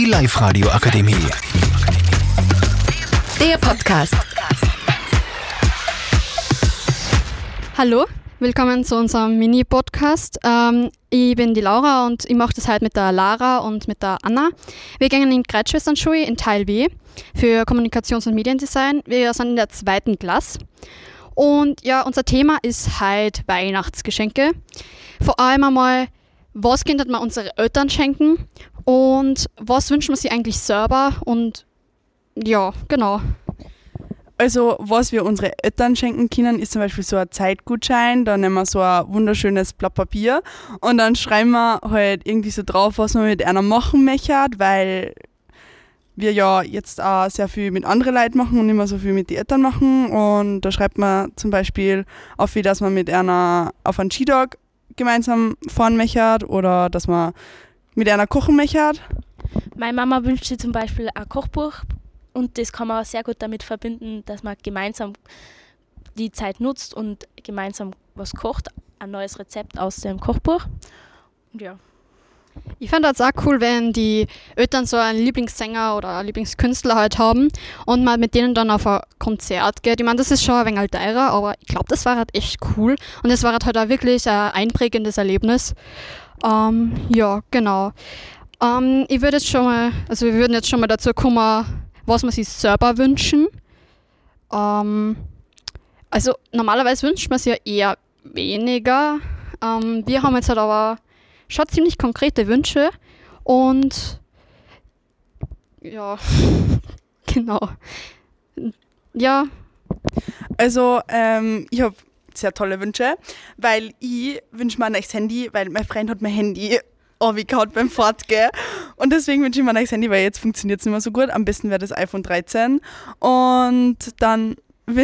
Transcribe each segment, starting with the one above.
Die Live-Radio Akademie. Der Podcast. Hallo, willkommen zu unserem Mini-Podcast. Ich bin die Laura und ich mache das heute mit der Lara und mit der Anna. Wir gehen in die Kreuzschwesternschule in Teil B für Kommunikations- und Mediendesign. Wir sind in der 2. Klasse. Und ja, unser Thema ist heute Weihnachtsgeschenke. Vor allem einmal, was könnten wir unsere Eltern schenken und was wünschen wir sich eigentlich selber und ja, genau. Also, was wir unsere Eltern schenken können, ist zum Beispiel so ein Zeitgutschein. Da nehmen wir so ein wunderschönes Blatt Papier und dann schreiben wir halt irgendwie so drauf, was man mit einer machen möchte, weil wir ja jetzt auch sehr viel mit anderen Leuten machen und nicht mehr so viel mit den Eltern machen. Und da schreibt man zum Beispiel auf, wie dass man mit einer auf einen Skitag gemeinsam fahren möchte oder dass man mit einer kochen möchte. Meine Mama wünscht sich zum Beispiel ein Kochbuch und das kann man sehr gut damit verbinden, dass man gemeinsam die Zeit nutzt und gemeinsam was kocht, ein neues Rezept aus dem Kochbuch. Und ja. Ich fände es auch cool, wenn die Eltern so einen Lieblingssänger oder einen Lieblingskünstler halt haben und man mit denen dann auf ein Konzert geht. Ich meine, das ist schon ein wenig teurer, aber ich glaube, das war halt echt cool und es war halt auch wirklich ein einprägendes Erlebnis. Ja, genau. Ich würde jetzt schon mal, also wir würden jetzt schon mal dazu kommen, was wir sich selber wünschen. Also normalerweise wünscht man sich ja eher weniger. Wir haben jetzt halt aber schon ziemlich konkrete Wünsche und ja, genau. Ja. Also, ich habe sehr tolle Wünsche, weil ich wünsche mir ein neues Handy, weil mein Freund hat mein Handy runtergehauen beim Fortgehen. Und deswegen wünsche ich mir ein neues Handy, weil jetzt funktioniert es nicht mehr so gut. Am besten wäre das iPhone 13. Und dann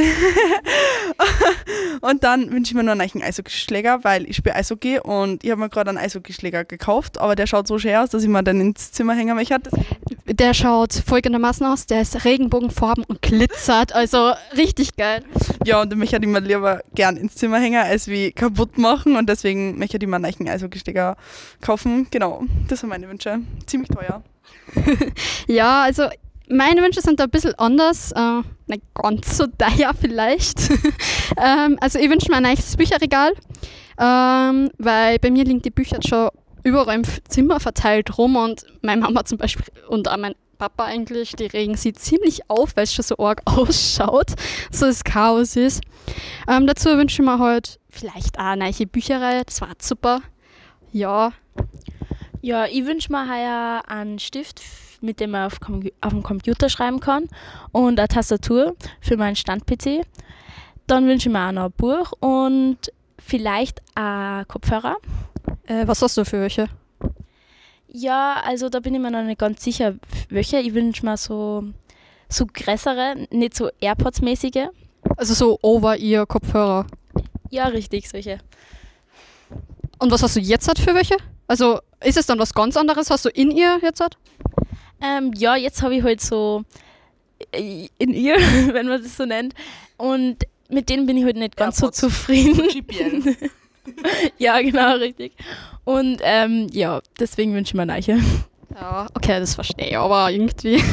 wünsche ich mir noch einen neuen Eishockeyschläger, weil ich spiele Eishockey und ich habe mir gerade einen Eishockeyschläger gekauft, aber der schaut so schön aus, dass ich mir den ins Zimmer hängen möchte. Der schaut folgendermaßen aus, der ist Regenbogenfarben und glitzert, also richtig geil. Ja, und den möchte ich mir lieber gern ins Zimmer hängen, als wie kaputt machen und deswegen möchte ich mir einen neuen Eishockeyschläger kaufen. Genau, das sind meine Wünsche. Ziemlich teuer. Ja, also meine Wünsche sind da ein bisschen anders, nicht ganz so teuer vielleicht. Also ich wünsche mir ein neues Bücherregal, weil bei mir liegen die Bücher schon überall im Zimmer verteilt rum und meine Mama zum Beispiel und auch mein Papa eigentlich, die regen sie ziemlich auf, weil es schon so arg ausschaut, so das Chaos ist. Dazu wünsche ich mir halt vielleicht auch eine neue Bücherreihe, das war super. Ja. Ja, ich wünsche mir heuer einen Stift, mit dem man auf dem Computer schreiben kann und eine Tastatur für meinen Stand-PC. Dann wünsche ich mir auch noch ein Buch und vielleicht ein Kopfhörer. Was hast du für welche? Ja, also da bin ich mir noch nicht ganz sicher, welche. Ich wünsche mir so größere, nicht so AirPods-mäßige. Also so Over-Ear-Kopfhörer. Ja, richtig, solche. Und was hast du jetzt halt für welche? Also ist es dann was ganz anderes? Hast du In-Ear jetzt halt? Ja, jetzt habe ich halt so In-Ear, wenn man das so nennt. Und mit denen bin ich halt nicht ganz AirPods so zufrieden. Ja, genau, richtig. Und ja, deswegen wünsche ich mir neue. Ja, okay, das verstehe ich, aber irgendwie.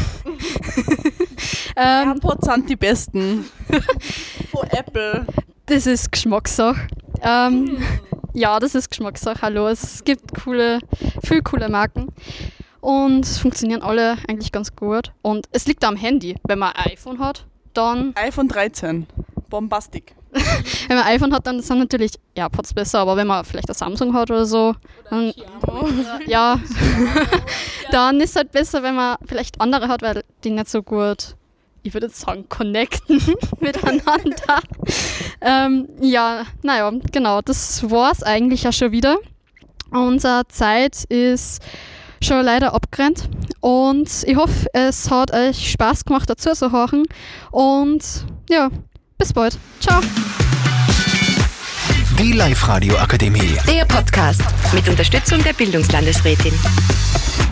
AirPods sind die besten. Von Apple. Das ist Geschmackssache. Ja, das ist Geschmackssache. Hallo, es gibt viele coole Marken. Und es funktionieren alle eigentlich ganz gut. Und es liegt am Handy. Wenn man ein iPhone hat, dann... iPhone 13. Bombastic. Wenn man ein iPhone hat, dann sind natürlich AirPods besser. Aber wenn man vielleicht ein Samsung hat oder so, dann, ja, dann ist es halt besser, wenn man vielleicht andere hat, weil die nicht so gut, ich würde jetzt sagen, connecten miteinander. Ja, naja, genau, das war's eigentlich ja schon wieder. Unsere Zeit ist schon leider abgerannt und ich hoffe, es hat euch Spaß gemacht, dazu zu hören und ja, bis bald. Ciao. Die Live-Radio Akademie. Der Podcast mit Unterstützung der Bildungslandesrätin.